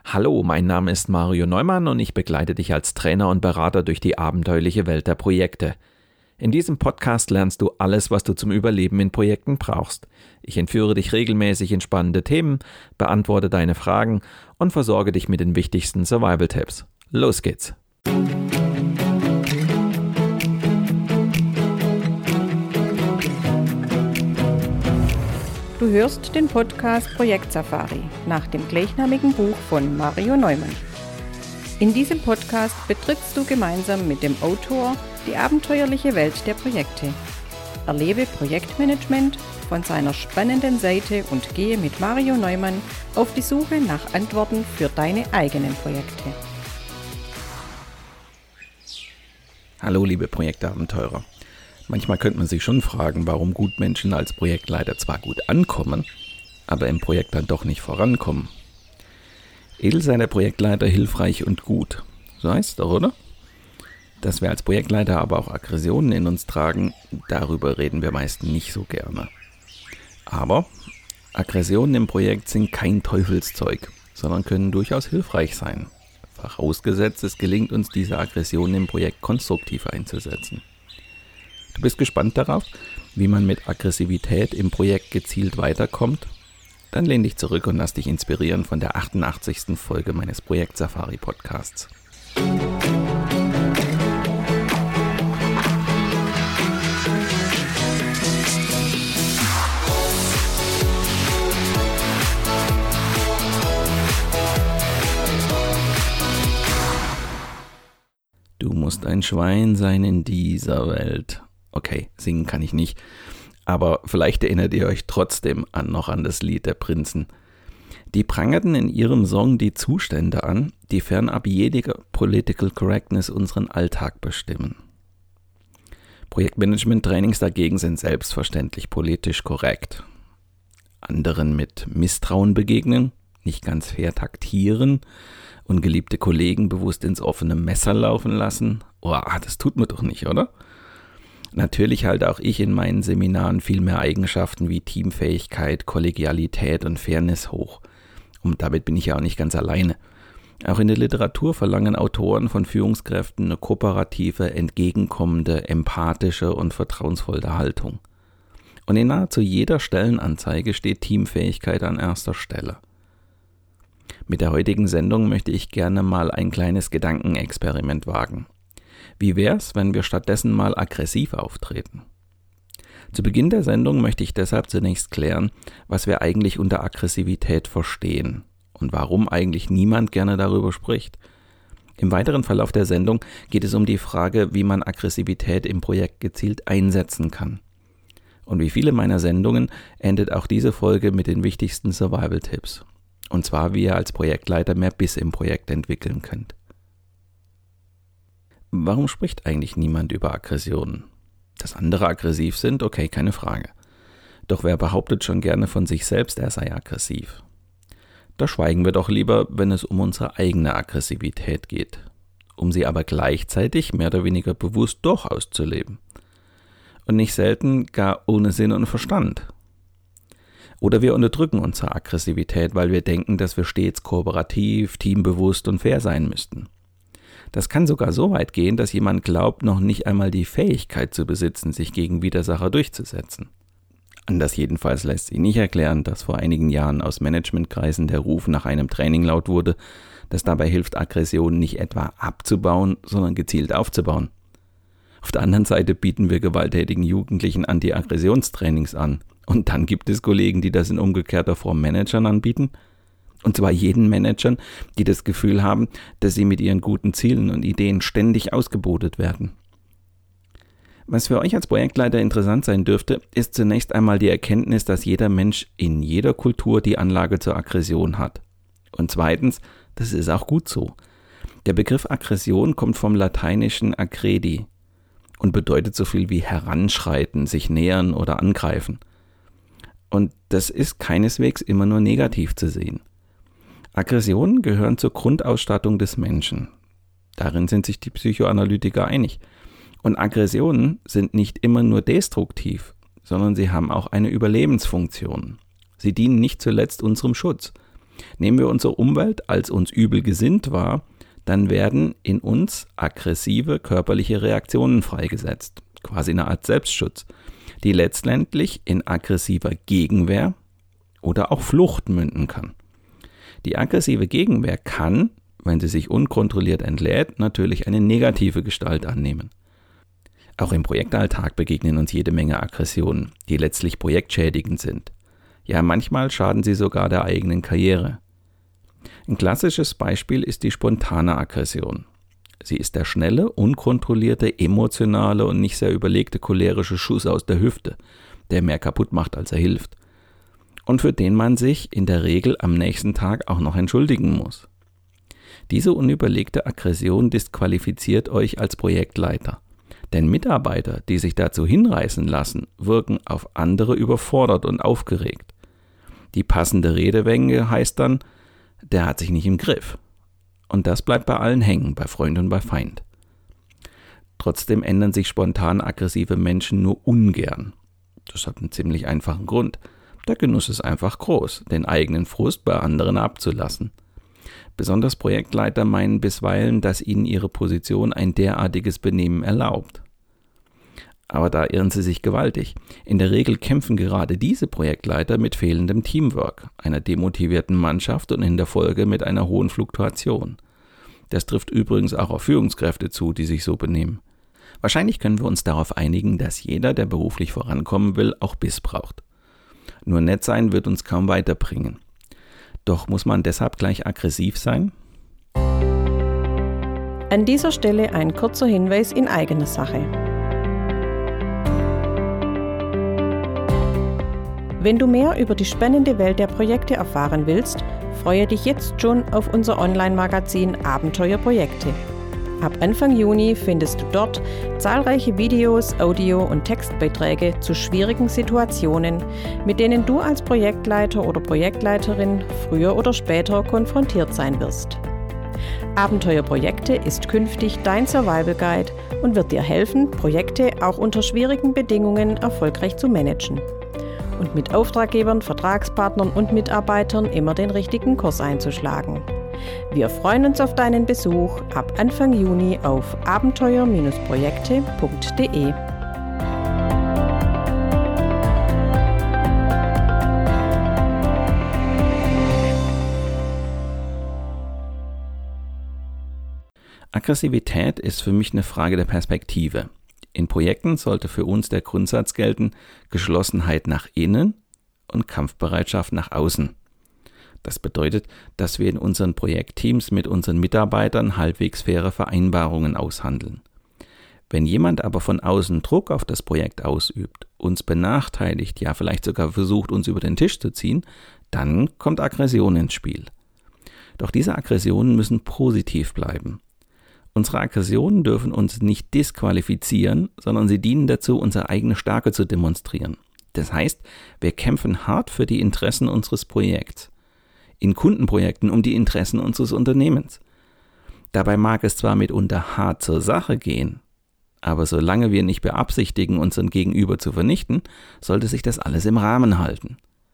Hallo, mein Name ist Mario Neumann und ich begleite dich als Trainer und Berater durch die abenteuerliche Welt der Projekte. In diesem Podcast lernst du alles, was du zum Überleben in Projekten brauchst. Ich entführe dich regelmäßig in spannende Themen, beantworte deine Fragen und versorge dich mit den wichtigsten Survival-Tipps. Los geht's! Du hörst den Podcast Projekt Safari nach dem gleichnamigen Buch von Mario Neumann. In diesem Podcast betrittst du gemeinsam mit dem Autor die abenteuerliche Welt der Projekte. Erlebe Projektmanagement von seiner spannenden Seite und gehe mit Mario Neumann auf die Suche nach Antworten für deine eigenen Projekte. Hallo liebe Projektabenteurer. Manchmal könnte man sich schon fragen, warum Gutmenschen als Projektleiter zwar gut ankommen, aber im Projekt dann doch nicht vorankommen. Edel sei der Projektleiter hilfreich und gut. So heißt es doch, oder? Dass wir als Projektleiter aber auch Aggressionen in uns tragen, darüber reden wir meist nicht so gerne. Aber Aggressionen im Projekt sind kein Teufelszeug, sondern können durchaus hilfreich sein. Vorausgesetzt, es gelingt uns, diese Aggressionen im Projekt konstruktiv einzusetzen. Du bist gespannt darauf, wie man mit Aggressivität im Projekt gezielt weiterkommt? Dann lehn dich zurück und lass dich inspirieren von der 88. Folge meines Projekt Safari Podcasts. Du musst ein Schwein sein in dieser Welt. Okay, singen kann ich nicht, aber vielleicht erinnert ihr euch trotzdem noch an das Lied der Prinzen. Die prangerten in ihrem Song die Zustände an, die fernab jeder Political Correctness unseren Alltag bestimmen. Projektmanagement-Trainings dagegen sind selbstverständlich politisch korrekt. Anderen mit Misstrauen begegnen, nicht ganz fair taktieren, ungeliebte Kollegen bewusst ins offene Messer laufen lassen. Das tut man doch nicht, oder? Natürlich halte auch ich in meinen Seminaren viel mehr Eigenschaften wie Teamfähigkeit, Kollegialität und Fairness hoch. Und damit bin ich ja auch nicht ganz alleine. Auch in der Literatur verlangen Autoren von Führungskräften eine kooperative, entgegenkommende, empathische und vertrauensvolle Haltung. Und in nahezu jeder Stellenanzeige steht Teamfähigkeit an erster Stelle. Mit der heutigen Sendung möchte ich gerne mal ein kleines Gedankenexperiment wagen. Wie wär's, wenn wir stattdessen mal aggressiv auftreten? Zu Beginn der Sendung möchte ich deshalb zunächst klären, was wir eigentlich unter Aggressivität verstehen und warum eigentlich niemand gerne darüber spricht. Im weiteren Verlauf der Sendung geht es um die Frage, wie man Aggressivität im Projekt gezielt einsetzen kann. Und wie viele meiner Sendungen endet auch diese Folge mit den wichtigsten Survival-Tipps. Und zwar, wie ihr als Projektleiter mehr Biss im Projekt entwickeln könnt. Warum spricht eigentlich niemand über Aggressionen? Dass andere aggressiv sind, okay, keine Frage. Doch wer behauptet schon gerne von sich selbst, er sei aggressiv? Da schweigen wir doch lieber, wenn es um unsere eigene Aggressivität geht, um sie aber gleichzeitig mehr oder weniger bewusst doch auszuleben. Und nicht selten gar ohne Sinn und Verstand. Oder wir unterdrücken unsere Aggressivität, weil wir denken, dass wir stets kooperativ, teambewusst und fair sein müssten. Das kann sogar so weit gehen, dass jemand glaubt, noch nicht einmal die Fähigkeit zu besitzen, sich gegen Widersacher durchzusetzen. Anders jedenfalls lässt sich nicht erklären, dass vor einigen Jahren aus Managementkreisen der Ruf nach einem Training laut wurde, das dabei hilft, Aggressionen nicht etwa abzubauen, sondern gezielt aufzubauen. Auf der anderen Seite bieten wir gewalttätigen Jugendlichen Anti-Aggressionstrainings an. Und dann gibt es Kollegen, die das in umgekehrter Form Managern anbieten. Und zwar jeden Managern, die das Gefühl haben, dass sie mit ihren guten Zielen und Ideen ständig ausgebotet werden. Was für euch als Projektleiter interessant sein dürfte, ist zunächst einmal die Erkenntnis, dass jeder Mensch in jeder Kultur die Anlage zur Aggression hat. Und zweitens, das ist auch gut so. Der Begriff Aggression kommt vom lateinischen aggredi und bedeutet so viel wie heranschreiten, sich nähern oder angreifen. Und das ist keineswegs immer nur negativ zu sehen. Aggressionen gehören zur Grundausstattung des Menschen. Darin sind sich die Psychoanalytiker einig. Und Aggressionen sind nicht immer nur destruktiv, sondern sie haben auch eine Überlebensfunktion. Sie dienen nicht zuletzt unserem Schutz. Nehmen wir unsere Umwelt als uns übel gesinnt wahr, dann werden in uns aggressive körperliche Reaktionen freigesetzt, quasi eine Art Selbstschutz, die letztendlich in aggressiver Gegenwehr oder auch Flucht münden kann. Die aggressive Gegenwehr kann, wenn sie sich unkontrolliert entlädt, natürlich eine negative Gestalt annehmen. Auch im Projektalltag begegnen uns jede Menge Aggressionen, die letztlich projektschädigend sind. Ja, manchmal schaden sie sogar der eigenen Karriere. Ein klassisches Beispiel ist die spontane Aggression. Sie ist der schnelle, unkontrollierte, emotionale und nicht sehr überlegte cholerische Schuss aus der Hüfte, der mehr kaputt macht, als er hilft. Und für den man sich in der Regel am nächsten Tag auch noch entschuldigen muss. Diese unüberlegte Aggression disqualifiziert euch als Projektleiter. Denn Mitarbeiter, die sich dazu hinreißen lassen, wirken auf andere überfordert und aufgeregt. Die passende Redewendung heißt dann, der hat sich nicht im Griff. Und das bleibt bei allen hängen, bei Freund und bei Feind. Trotzdem ändern sich spontan aggressive Menschen nur ungern. Das hat einen ziemlich einfachen Grund. Der Genuss ist einfach groß, den eigenen Frust bei anderen abzulassen. Besonders Projektleiter meinen bisweilen, dass ihnen ihre Position ein derartiges Benehmen erlaubt. Aber da irren sie sich gewaltig. In der Regel kämpfen gerade diese Projektleiter mit fehlendem Teamwork, einer demotivierten Mannschaft und in der Folge mit einer hohen Fluktuation. Das trifft übrigens auch auf Führungskräfte zu, die sich so benehmen. Wahrscheinlich können wir uns darauf einigen, dass jeder, der beruflich vorankommen will, auch Biss braucht. Nur nett sein wird uns kaum weiterbringen. Doch muss man deshalb gleich aggressiv sein? An dieser Stelle ein kurzer Hinweis in eigener Sache. Wenn du mehr über die spannende Welt der Projekte erfahren willst, freue dich jetzt schon auf unser Online-Magazin Abenteuer Projekte. Ab Anfang Juni findest du dort zahlreiche Videos, Audio- und Textbeiträge zu schwierigen Situationen, mit denen du als Projektleiter oder Projektleiterin früher oder später konfrontiert sein wirst. Abenteuer Projekte ist künftig dein Survival Guide und wird dir helfen, Projekte auch unter schwierigen Bedingungen erfolgreich zu managen und mit Auftraggebern, Vertragspartnern und Mitarbeitern immer den richtigen Kurs einzuschlagen. Wir freuen uns auf deinen Besuch ab Anfang Juni auf abenteuer-projekte.de. Aggressivität ist für mich eine Frage der Perspektive. In Projekten sollte für uns der Grundsatz gelten, Geschlossenheit nach innen und Kampfbereitschaft nach außen. Das bedeutet, dass wir in unseren Projektteams mit unseren Mitarbeitern halbwegs faire Vereinbarungen aushandeln. Wenn jemand aber von außen Druck auf das Projekt ausübt, uns benachteiligt, ja vielleicht sogar versucht, uns über den Tisch zu ziehen, dann kommt Aggression ins Spiel. Doch diese Aggressionen müssen positiv bleiben. Unsere Aggressionen dürfen uns nicht disqualifizieren, sondern sie dienen dazu, unsere eigene Stärke zu demonstrieren. Das heißt, wir kämpfen hart für die Interessen unseres Projekts. In Kundenprojekten um die Interessen unseres Unternehmens. Dabei mag es zwar mitunter hart zur Sache gehen, aber solange wir nicht beabsichtigen, unseren Gegenüber zu vernichten, sollte sich das alles im Rahmen halten.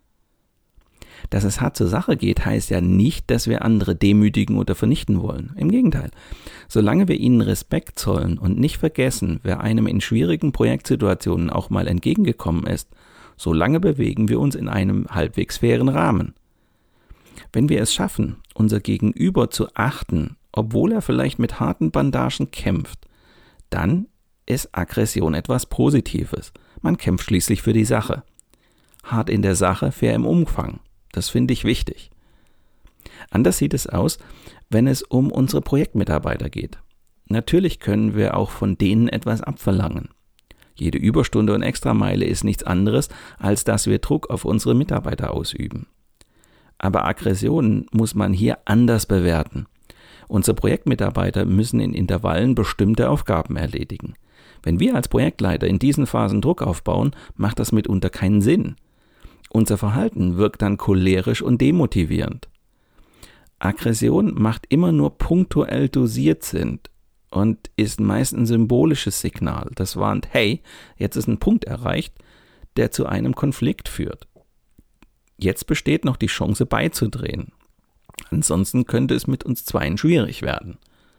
Dass es hart zur Sache geht, heißt ja nicht, dass wir andere demütigen oder vernichten wollen. Im Gegenteil. Solange wir ihnen Respekt zollen und nicht vergessen, wer einem in schwierigen Projektsituationen auch mal entgegengekommen ist, solange bewegen wir uns in einem halbwegs fairen Rahmen. Wenn wir es schaffen, unser Gegenüber zu achten, obwohl er vielleicht mit harten Bandagen kämpft, dann ist Aggression etwas Positives. Man kämpft schließlich für die Sache. Hart in der Sache, fair im Umfang. Das finde ich wichtig. Anders sieht es aus, wenn es um unsere Projektmitarbeiter geht. Natürlich können wir auch von denen etwas abverlangen. Jede Überstunde und Extrameile ist nichts anderes, als dass wir Druck auf unsere Mitarbeiter ausüben. Aber Aggressionen muss man hier anders bewerten. Unsere Projektmitarbeiter müssen in Intervallen bestimmte Aufgaben erledigen. Wenn wir als Projektleiter in diesen Phasen Druck aufbauen, macht das mitunter keinen Sinn. Unser Verhalten wirkt dann cholerisch und demotivierend. Aggression macht immer nur punktuell dosiert Sinn und ist meist ein symbolisches Signal, das warnt, hey, jetzt ist ein Punkt erreicht, der zu einem Konflikt führt. Jetzt besteht noch die Chance beizudrehen. Ansonsten könnte es mit uns zweien schwierig werden.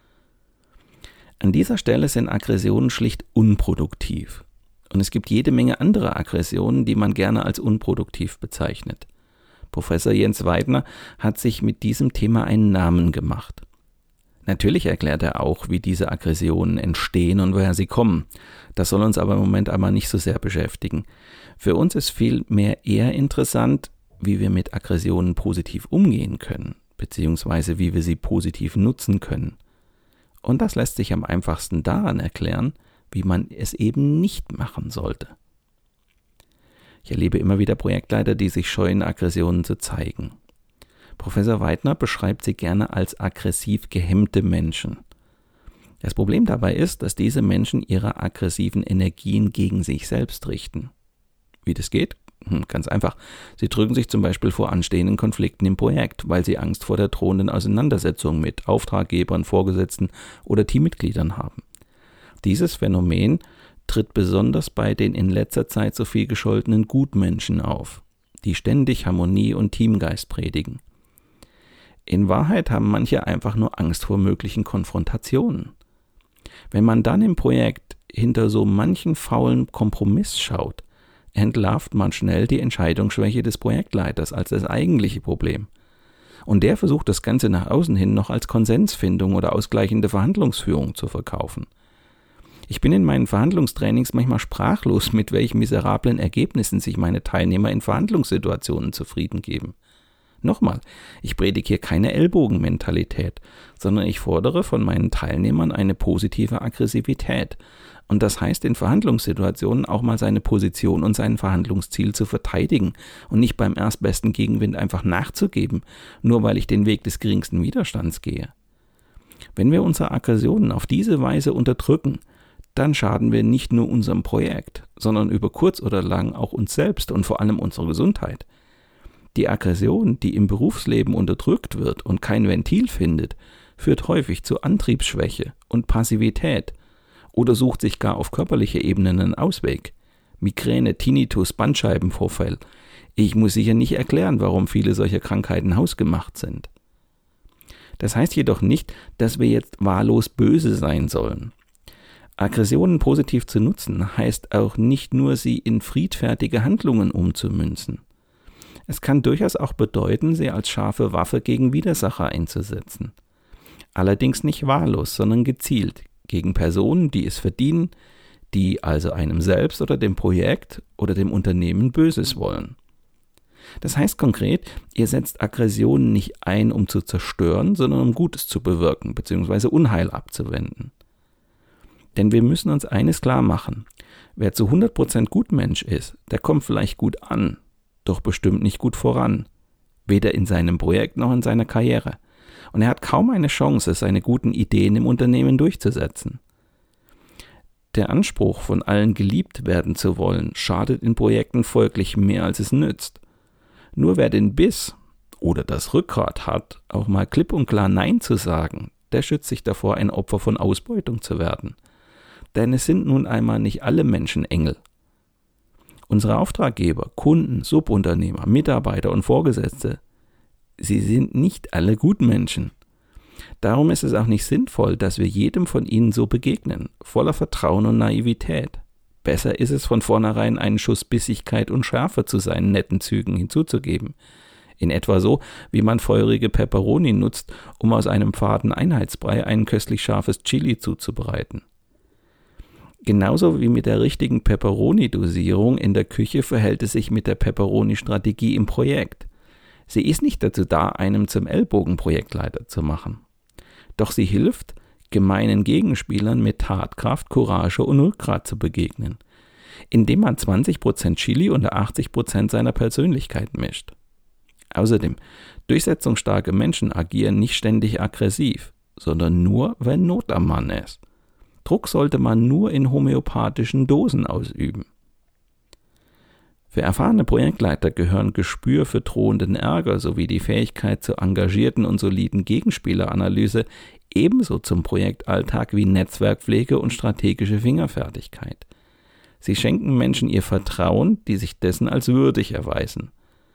An dieser Stelle sind Aggressionen schlicht unproduktiv. Und es gibt jede Menge andere Aggressionen, die man gerne als unproduktiv bezeichnet. Professor Jens Weidner hat sich mit diesem Thema einen Namen gemacht. Natürlich erklärt er auch, wie diese Aggressionen entstehen und woher sie kommen. Das soll uns aber im Moment einmal nicht so sehr beschäftigen. Für uns ist vielmehr eher interessant, wie wir mit Aggressionen positiv umgehen können, beziehungsweise wie wir sie positiv nutzen können. Und das lässt sich am einfachsten daran erklären, wie man es eben nicht machen sollte. Ich erlebe immer wieder Projektleiter, die sich scheuen, Aggressionen zu zeigen. Professor Weidner beschreibt sie gerne als aggressiv gehemmte Menschen. Das Problem dabei ist, dass diese Menschen ihre aggressiven Energien gegen sich selbst richten. Wie das geht? Ganz einfach. Sie drücken sich zum Beispiel vor anstehenden Konflikten im Projekt, weil sie Angst vor der drohenden Auseinandersetzung mit Auftraggebern, Vorgesetzten oder Teammitgliedern haben. Dieses Phänomen tritt besonders bei den in letzter Zeit so viel gescholtenen Gutmenschen auf, die ständig Harmonie und Teamgeist predigen. In Wahrheit haben manche einfach nur Angst vor möglichen Konfrontationen. Wenn man dann im Projekt hinter so manchen faulen Kompromiss schaut, entlarvt man schnell die Entscheidungsschwäche des Projektleiters als das eigentliche Problem. Und der versucht das Ganze nach außen hin noch als Konsensfindung oder ausgleichende Verhandlungsführung zu verkaufen. Ich bin in meinen Verhandlungstrainings manchmal sprachlos, mit welchen miserablen Ergebnissen sich meine Teilnehmer in Verhandlungssituationen zufrieden geben. Nochmal, ich predige hier keine Ellbogenmentalität, sondern ich fordere von meinen Teilnehmern eine positive Aggressivität. Und das heißt, in Verhandlungssituationen auch mal seine Position und sein Verhandlungsziel zu verteidigen und nicht beim erstbesten Gegenwind einfach nachzugeben, nur weil ich den Weg des geringsten Widerstands gehe. Wenn wir unsere Aggressionen auf diese Weise unterdrücken, dann schaden wir nicht nur unserem Projekt, sondern über kurz oder lang auch uns selbst und vor allem unserer Gesundheit. Die Aggression, die im Berufsleben unterdrückt wird und kein Ventil findet, führt häufig zu Antriebsschwäche und Passivität oder sucht sich gar auf körperlicher Ebene einen Ausweg. Migräne, Tinnitus, Bandscheibenvorfall. Ich muss sicher nicht erklären, warum viele solcher Krankheiten hausgemacht sind. Das heißt jedoch nicht, dass wir jetzt wahllos böse sein sollen. Aggressionen positiv zu nutzen, heißt auch nicht nur, sie in friedfertige Handlungen umzumünzen. Es kann durchaus auch bedeuten, sie als scharfe Waffe gegen Widersacher einzusetzen. Allerdings nicht wahllos, sondern gezielt, gegen Personen, die es verdienen, die also einem selbst oder dem Projekt oder dem Unternehmen Böses wollen. Das heißt konkret, ihr setzt Aggressionen nicht ein, um zu zerstören, sondern um Gutes zu bewirken bzw. Unheil abzuwenden. Denn wir müssen uns eines klar machen: Wer zu 100% Gutmensch ist, der kommt vielleicht gut an, doch bestimmt nicht gut voran, weder in seinem Projekt noch in seiner Karriere. Und er hat kaum eine Chance, seine guten Ideen im Unternehmen durchzusetzen. Der Anspruch, von allen geliebt werden zu wollen, schadet in Projekten folglich mehr, als es nützt. Nur wer den Biss oder das Rückgrat hat, auch mal klipp und klar Nein zu sagen, der schützt sich davor, ein Opfer von Ausbeutung zu werden. Denn es sind nun einmal nicht alle Menschen Engel. Unsere Auftraggeber, Kunden, Subunternehmer, Mitarbeiter und Vorgesetzte, sie sind nicht alle Gutmenschen. Darum ist es auch nicht sinnvoll, dass wir jedem von ihnen so begegnen, voller Vertrauen und Naivität. Besser ist es, von vornherein einen Schuss Bissigkeit und Schärfe zu seinen netten Zügen hinzuzugeben. In etwa so, wie man feurige Peperoni nutzt, um aus einem faden Einheitsbrei ein köstlich scharfes Chili zuzubereiten. Genauso wie mit der richtigen Peperoni-Dosierung in der Küche verhält es sich mit der Peperoni-Strategie im Projekt. Sie ist nicht dazu da, einem zum Ellbogenprojektleiter zu machen. Doch sie hilft, gemeinen Gegenspielern mit Tatkraft, Courage und Rückgrat zu begegnen, indem man 20% Chili unter 80% seiner Persönlichkeit mischt. Außerdem, durchsetzungsstarke Menschen agieren nicht ständig aggressiv, sondern nur, wenn Not am Mann ist. Druck sollte man nur in homöopathischen Dosen ausüben. Für erfahrene Projektleiter gehören Gespür für drohenden Ärger sowie die Fähigkeit zur engagierten und soliden Gegenspieleranalyse ebenso zum Projektalltag wie Netzwerkpflege und strategische Fingerfertigkeit. Sie schenken Menschen ihr Vertrauen, die sich dessen als würdig erweisen.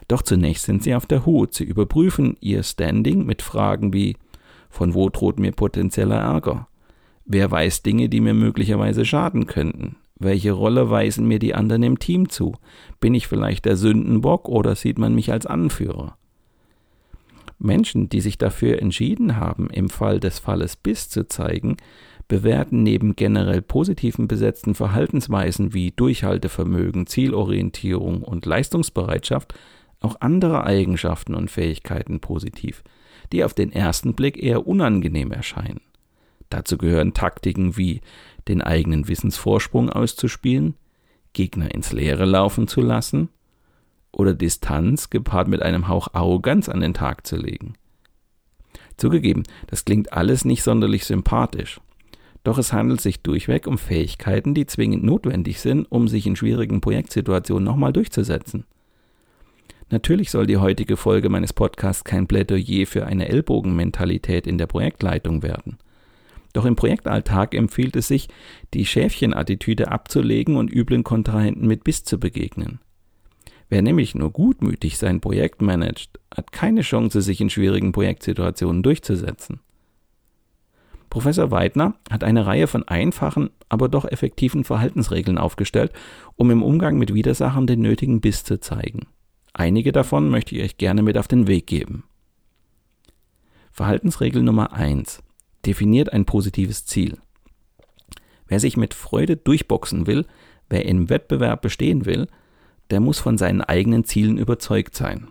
Doch zunächst sind sie auf der Hut. Sie überprüfen ihr Standing mit Fragen wie: Von wo droht mir potenzieller Ärger? Wer weiß Dinge, die mir möglicherweise schaden könnten? Welche Rolle weisen mir die anderen im Team zu? Bin ich vielleicht der Sündenbock oder sieht man mich als Anführer? Menschen, die sich dafür entschieden haben, im Fall des Falles Biss zu zeigen, bewerten neben generell positiven besetzten Verhaltensweisen wie Durchhaltevermögen, Zielorientierung und Leistungsbereitschaft auch andere Eigenschaften und Fähigkeiten positiv, die auf den ersten Blick eher unangenehm erscheinen. Dazu gehören Taktiken wie den eigenen Wissensvorsprung auszuspielen, Gegner ins Leere laufen zu lassen oder Distanz gepaart mit einem Hauch Arroganz an den Tag zu legen. Zugegeben, das klingt alles nicht sonderlich sympathisch. Doch es handelt sich durchweg um Fähigkeiten, die zwingend notwendig sind, um sich in schwierigen Projektsituationen nochmal durchzusetzen. Natürlich soll die heutige Folge meines Podcasts kein Plädoyer für eine Ellbogenmentalität in der Projektleitung werden. Doch im Projektalltag empfiehlt es sich, die Schäfchenattitüde abzulegen und üblen Kontrahenten mit Biss zu begegnen. Wer nämlich nur gutmütig sein Projekt managt, hat keine Chance, sich in schwierigen Projektsituationen durchzusetzen. Professor Weidner hat eine Reihe von einfachen, aber doch effektiven Verhaltensregeln aufgestellt, um im Umgang mit Widersachern den nötigen Biss zu zeigen. Einige davon möchte ich euch gerne mit auf den Weg geben. Verhaltensregel Nummer 1. Definiert ein positives Ziel. Wer sich mit Freude durchboxen will, wer im Wettbewerb bestehen will, der muss von seinen eigenen Zielen überzeugt sein.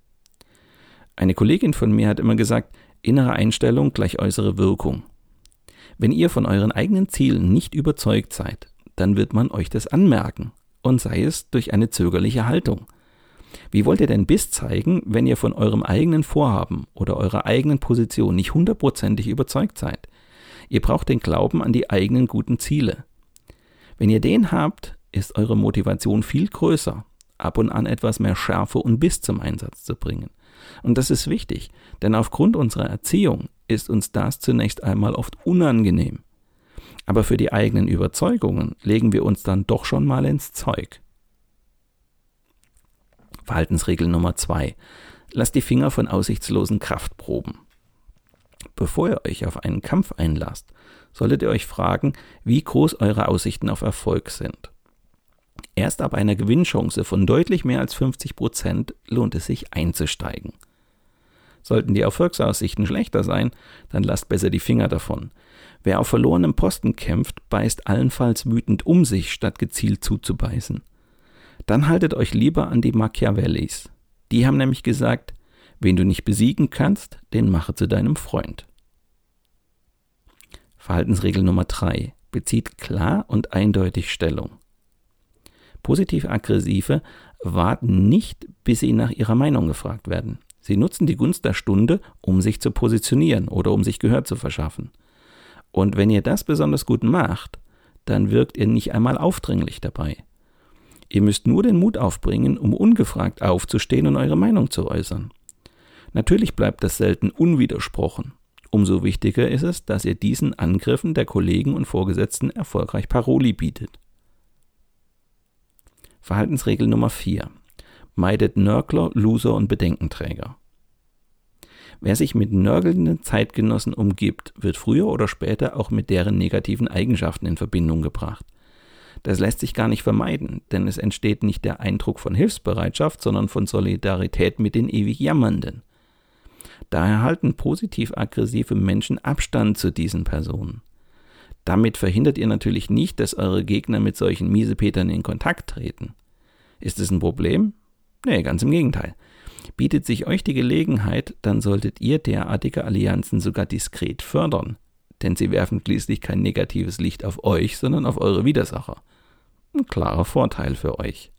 Eine Kollegin von mir hat immer gesagt, innere Einstellung gleich äußere Wirkung. Wenn ihr von euren eigenen Zielen nicht überzeugt seid, dann wird man euch das anmerken, und sei es durch eine zögerliche Haltung. Wie wollt ihr denn Biss zeigen, wenn ihr von eurem eigenen Vorhaben oder eurer eigenen Position nicht 100% überzeugt seid? Ihr braucht den Glauben an die eigenen guten Ziele. Wenn ihr den habt, ist eure Motivation viel größer, ab und an etwas mehr Schärfe und Biss zum Einsatz zu bringen. Und das ist wichtig, denn aufgrund unserer Erziehung ist uns das zunächst einmal oft unangenehm. Aber für die eigenen Überzeugungen legen wir uns dann doch schon mal ins Zeug. Verhaltensregel Nummer 2. Lasst die Finger von aussichtslosen Kraftproben. Bevor ihr euch auf einen Kampf einlasst, solltet ihr euch fragen, wie groß eure Aussichten auf Erfolg sind. Erst ab einer Gewinnchance von deutlich mehr als 50% lohnt es sich einzusteigen. Sollten die Erfolgsaussichten schlechter sein, dann lasst besser die Finger davon. Wer auf verlorenem Posten kämpft, beißt allenfalls wütend um sich, statt gezielt zuzubeißen. Dann haltet euch lieber an die Machiavellis. Die haben nämlich gesagt, wen du nicht besiegen kannst, den mache zu deinem Freund. Verhaltensregel Nummer 3. Bezieht klar und eindeutig Stellung. Positiv-Aggressive warten nicht, bis sie nach ihrer Meinung gefragt werden. Sie nutzen die Gunst der Stunde, um sich zu positionieren oder um sich Gehör zu verschaffen. Und wenn ihr das besonders gut macht, dann wirkt ihr nicht einmal aufdringlich dabei. Ihr müsst nur den Mut aufbringen, um ungefragt aufzustehen und eure Meinung zu äußern. Natürlich bleibt das selten unwidersprochen. Umso wichtiger ist es, dass ihr diesen Angriffen der Kollegen und Vorgesetzten erfolgreich Paroli bietet. Verhaltensregel Nummer 4. Meidet Nörgler, Loser und Bedenkenträger. Wer sich mit nörgelnden Zeitgenossen umgibt, wird früher oder später auch mit deren negativen Eigenschaften in Verbindung gebracht. Das lässt sich gar nicht vermeiden, denn es entsteht nicht der Eindruck von Hilfsbereitschaft, sondern von Solidarität mit den ewig Jammernden. Daher halten positiv-aggressive Menschen Abstand zu diesen Personen. Damit verhindert ihr natürlich nicht, dass eure Gegner mit solchen Miesepetern in Kontakt treten. Ist es ein Problem? Nee, ganz im Gegenteil. Bietet sich euch die Gelegenheit, dann solltet ihr derartige Allianzen sogar diskret fördern, denn sie werfen schließlich kein negatives Licht auf euch, sondern auf eure Widersacher. Ein klarer Vorteil für euch.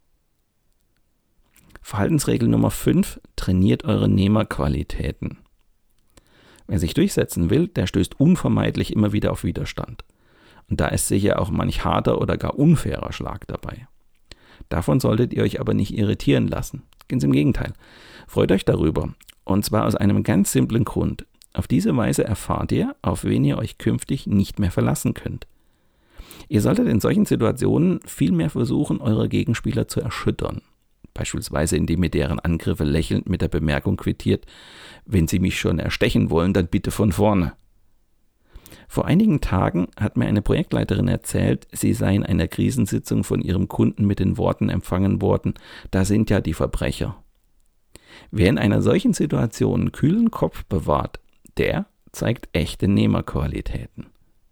Verhaltensregel Nummer 5. Trainiert eure Nehmerqualitäten. Wer sich durchsetzen will, der stößt unvermeidlich immer wieder auf Widerstand. Und da ist sicher auch manch harter oder gar unfairer Schlag dabei. Davon solltet ihr euch aber nicht irritieren lassen. Ganz im Gegenteil. Freut euch darüber. Und zwar aus einem ganz simplen Grund. Auf diese Weise erfahrt ihr, auf wen ihr euch künftig nicht mehr verlassen könnt. Ihr solltet in solchen Situationen viel mehr versuchen, eure Gegenspieler zu erschüttern. beispielsweise indem ihr deren Angriffe lächelnd mit der Bemerkung quittiert: Wenn Sie mich schon erstechen wollen, dann bitte von vorne. Vor einigen Tagen hat mir eine Projektleiterin erzählt, sie sei in einer Krisensitzung von ihrem Kunden mit den Worten empfangen worden: Da sind ja die Verbrecher. Wer in einer solchen Situation einen kühlen Kopf bewahrt, der zeigt echte Nehmerqualitäten.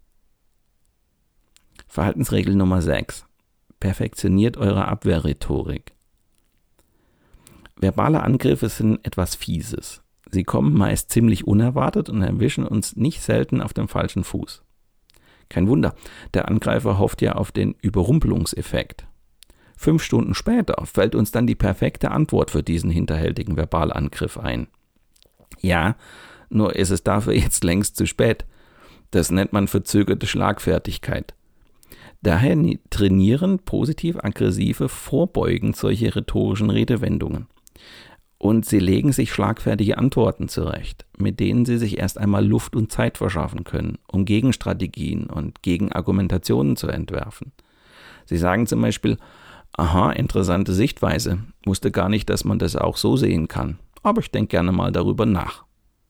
Verhaltensregel Nummer 6. Perfektioniert eure Abwehrrhetorik. Verbale Angriffe sind etwas Fieses. Sie kommen meist ziemlich unerwartet und erwischen uns nicht selten auf dem falschen Fuß. Kein Wunder, der Angreifer hofft ja auf den Überrumpelungseffekt. 5 Stunden später fällt uns dann die perfekte Antwort für diesen hinterhältigen Verbalangriff ein. Ja, nur ist es dafür jetzt längst zu spät. Das nennt man verzögerte Schlagfertigkeit. Daher trainieren positiv-aggressive vorbeugend solche rhetorischen Redewendungen. Und sie legen sich schlagfertige Antworten zurecht, mit denen sie sich erst einmal Luft und Zeit verschaffen können, um Gegenstrategien und Gegenargumentationen zu entwerfen. Sie sagen zum Beispiel: Aha, interessante Sichtweise, wusste gar nicht, dass man das auch so sehen kann, aber ich denke gerne mal darüber nach.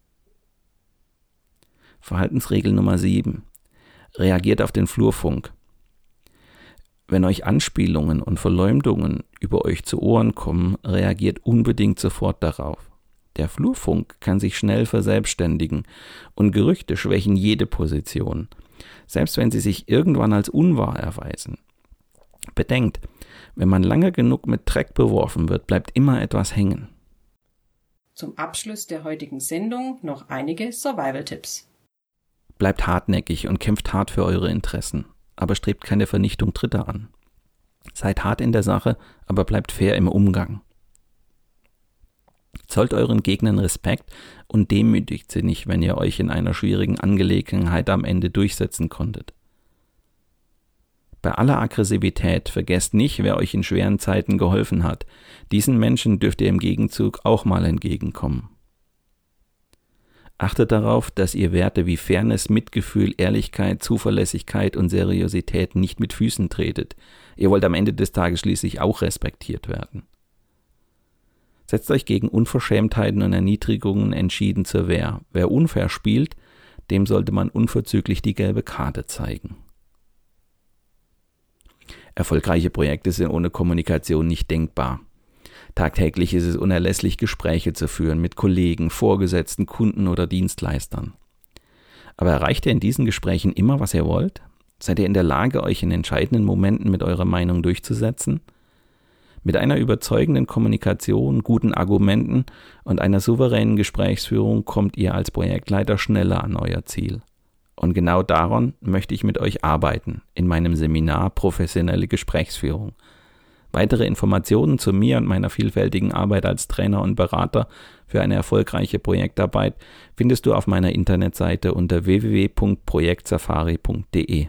Verhaltensregel Nummer 7. Reagiert auf den Flurfunk. Wenn euch Anspielungen und Verleumdungen über euch zu Ohren kommen, reagiert unbedingt sofort darauf. Der Flurfunk kann sich schnell verselbstständigen und Gerüchte schwächen jede Position, selbst wenn sie sich irgendwann als unwahr erweisen. Bedenkt, wenn man lange genug mit Dreck beworfen wird, bleibt immer etwas hängen. Zum Abschluss der heutigen Sendung noch einige Survival-Tipps. Bleibt hartnäckig und kämpft hart für eure Interessen, aber strebt keine Vernichtung Dritter an. Seid hart in der Sache, aber bleibt fair im Umgang. Zollt euren Gegnern Respekt und demütigt sie nicht, wenn ihr euch in einer schwierigen Angelegenheit am Ende durchsetzen konntet. Bei aller Aggressivität vergesst nicht, wer euch in schweren Zeiten geholfen hat. Diesen Menschen dürft ihr im Gegenzug auch mal entgegenkommen. Achtet darauf, dass ihr Werte wie Fairness, Mitgefühl, Ehrlichkeit, Zuverlässigkeit und Seriosität nicht mit Füßen tretet. Ihr wollt am Ende des Tages schließlich auch respektiert werden. Setzt euch gegen Unverschämtheiten und Erniedrigungen entschieden zur Wehr. Wer unfair spielt, dem sollte man unverzüglich die gelbe Karte zeigen. Erfolgreiche Projekte sind ohne Kommunikation nicht denkbar. Tagtäglich ist es unerlässlich, Gespräche zu führen mit Kollegen, Vorgesetzten, Kunden oder Dienstleistern. Aber erreicht ihr in diesen Gesprächen immer, was ihr wollt? Seid ihr in der Lage, euch in entscheidenden Momenten mit eurer Meinung durchzusetzen? Mit einer überzeugenden Kommunikation, guten Argumenten und einer souveränen Gesprächsführung kommt ihr als Projektleiter schneller an euer Ziel. Und genau daran möchte ich mit euch arbeiten, in meinem Seminar Professionelle Gesprächsführung. Weitere Informationen zu mir und meiner vielfältigen Arbeit als Trainer und Berater für eine erfolgreiche Projektarbeit findest du auf meiner Internetseite unter www.projektsafari.de.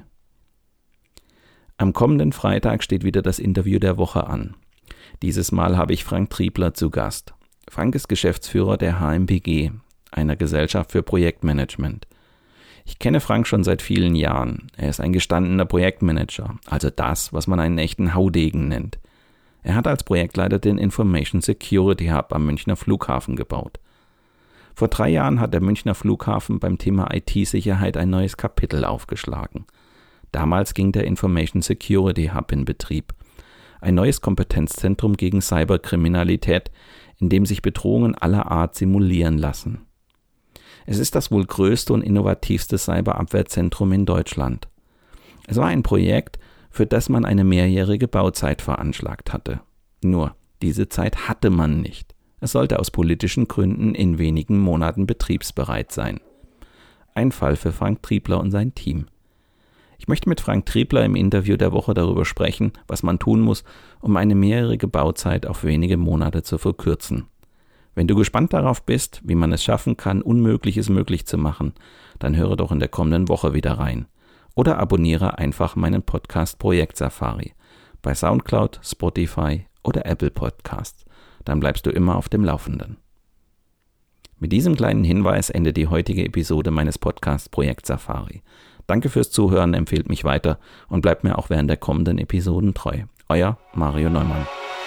Am kommenden Freitag steht wieder das Interview der Woche an. Dieses Mal habe ich Frank Triebler zu Gast. Frank ist Geschäftsführer der HMPG, einer Gesellschaft für Projektmanagement. Ich kenne Frank schon seit vielen Jahren. Er ist ein gestandener Projektmanager, also das, was man einen echten Haudegen nennt. Er hat als Projektleiter den Information Security Hub am Münchner Flughafen gebaut. Vor 3 Jahren hat der Münchner Flughafen beim Thema IT-Sicherheit ein neues Kapitel aufgeschlagen. Damals ging der Information Security Hub in Betrieb. Ein neues Kompetenzzentrum gegen Cyberkriminalität, in dem sich Bedrohungen aller Art simulieren lassen. Es ist das wohl größte und innovativste Cyberabwehrzentrum in Deutschland. Es war ein Projekt, für das man eine mehrjährige Bauzeit veranschlagt hatte. Nur, diese Zeit hatte man nicht. Es sollte aus politischen Gründen in wenigen Monaten betriebsbereit sein. Ein Fall für Frank Triebler und sein Team. Ich möchte mit Frank Triebler im Interview der Woche darüber sprechen, was man tun muss, um eine mehrjährige Bauzeit auf wenige Monate zu verkürzen. Wenn du gespannt darauf bist, wie man es schaffen kann, Unmögliches möglich zu machen, dann höre doch in der kommenden Woche wieder rein. Oder abonniere einfach meinen Podcast Projekt Safari bei Soundcloud, Spotify oder Apple Podcasts. Dann bleibst du immer auf dem Laufenden. Mit diesem kleinen Hinweis endet die heutige Episode meines Podcasts Projekt Safari. Danke fürs Zuhören, empfehlt mich weiter und bleibt mir auch während der kommenden Episoden treu. Euer Mario Neumann.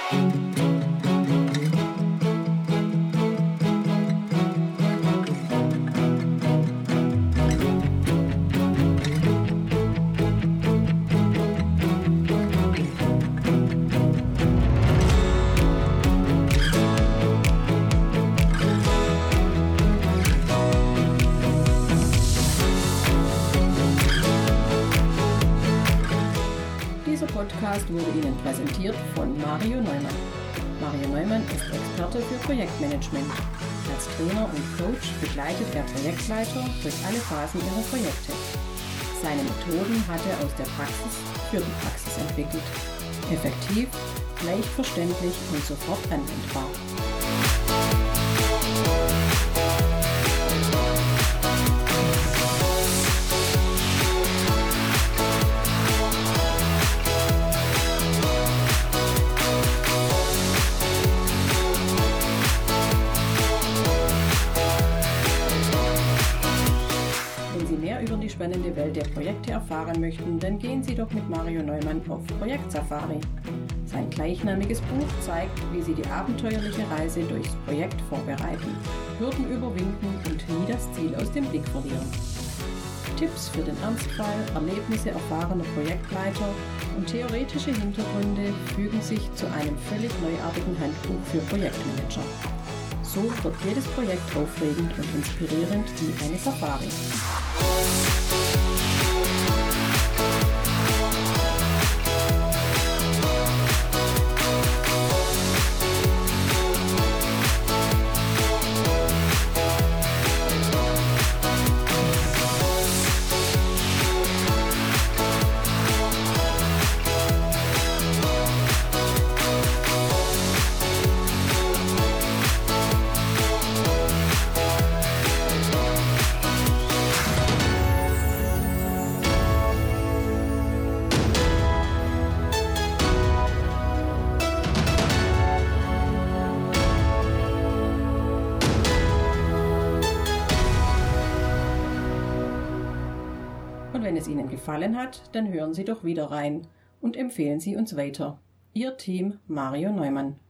Dieser Podcast wurde Ihnen präsentiert von Mario Neumann. Mario Neumann ist Experte für Projektmanagement. Als Trainer und Coach begleitet er Projektleiter durch alle Phasen ihrer Projekte. Seine Methoden hat er aus der Praxis für die Praxis entwickelt. Effektiv, leicht verständlich und sofort anwendbar. Über die spannende Welt der Projekte erfahren möchten, dann gehen Sie doch mit Mario Neumann auf Projektsafari. Sein gleichnamiges Buch zeigt, wie Sie die abenteuerliche Reise durchs Projekt vorbereiten, Hürden überwinden und nie das Ziel aus dem Blick verlieren. Tipps für den Ernstfall, Erlebnisse erfahrener Projektleiter und theoretische Hintergründe fügen sich zu einem völlig neuartigen Handbuch für Projektmanager. So wird jedes Projekt aufregend und inspirierend wie eine Safari. Und wenn es Ihnen gefallen hat, dann hören Sie doch wieder rein und empfehlen Sie uns weiter. Ihr Team Mario Neumann.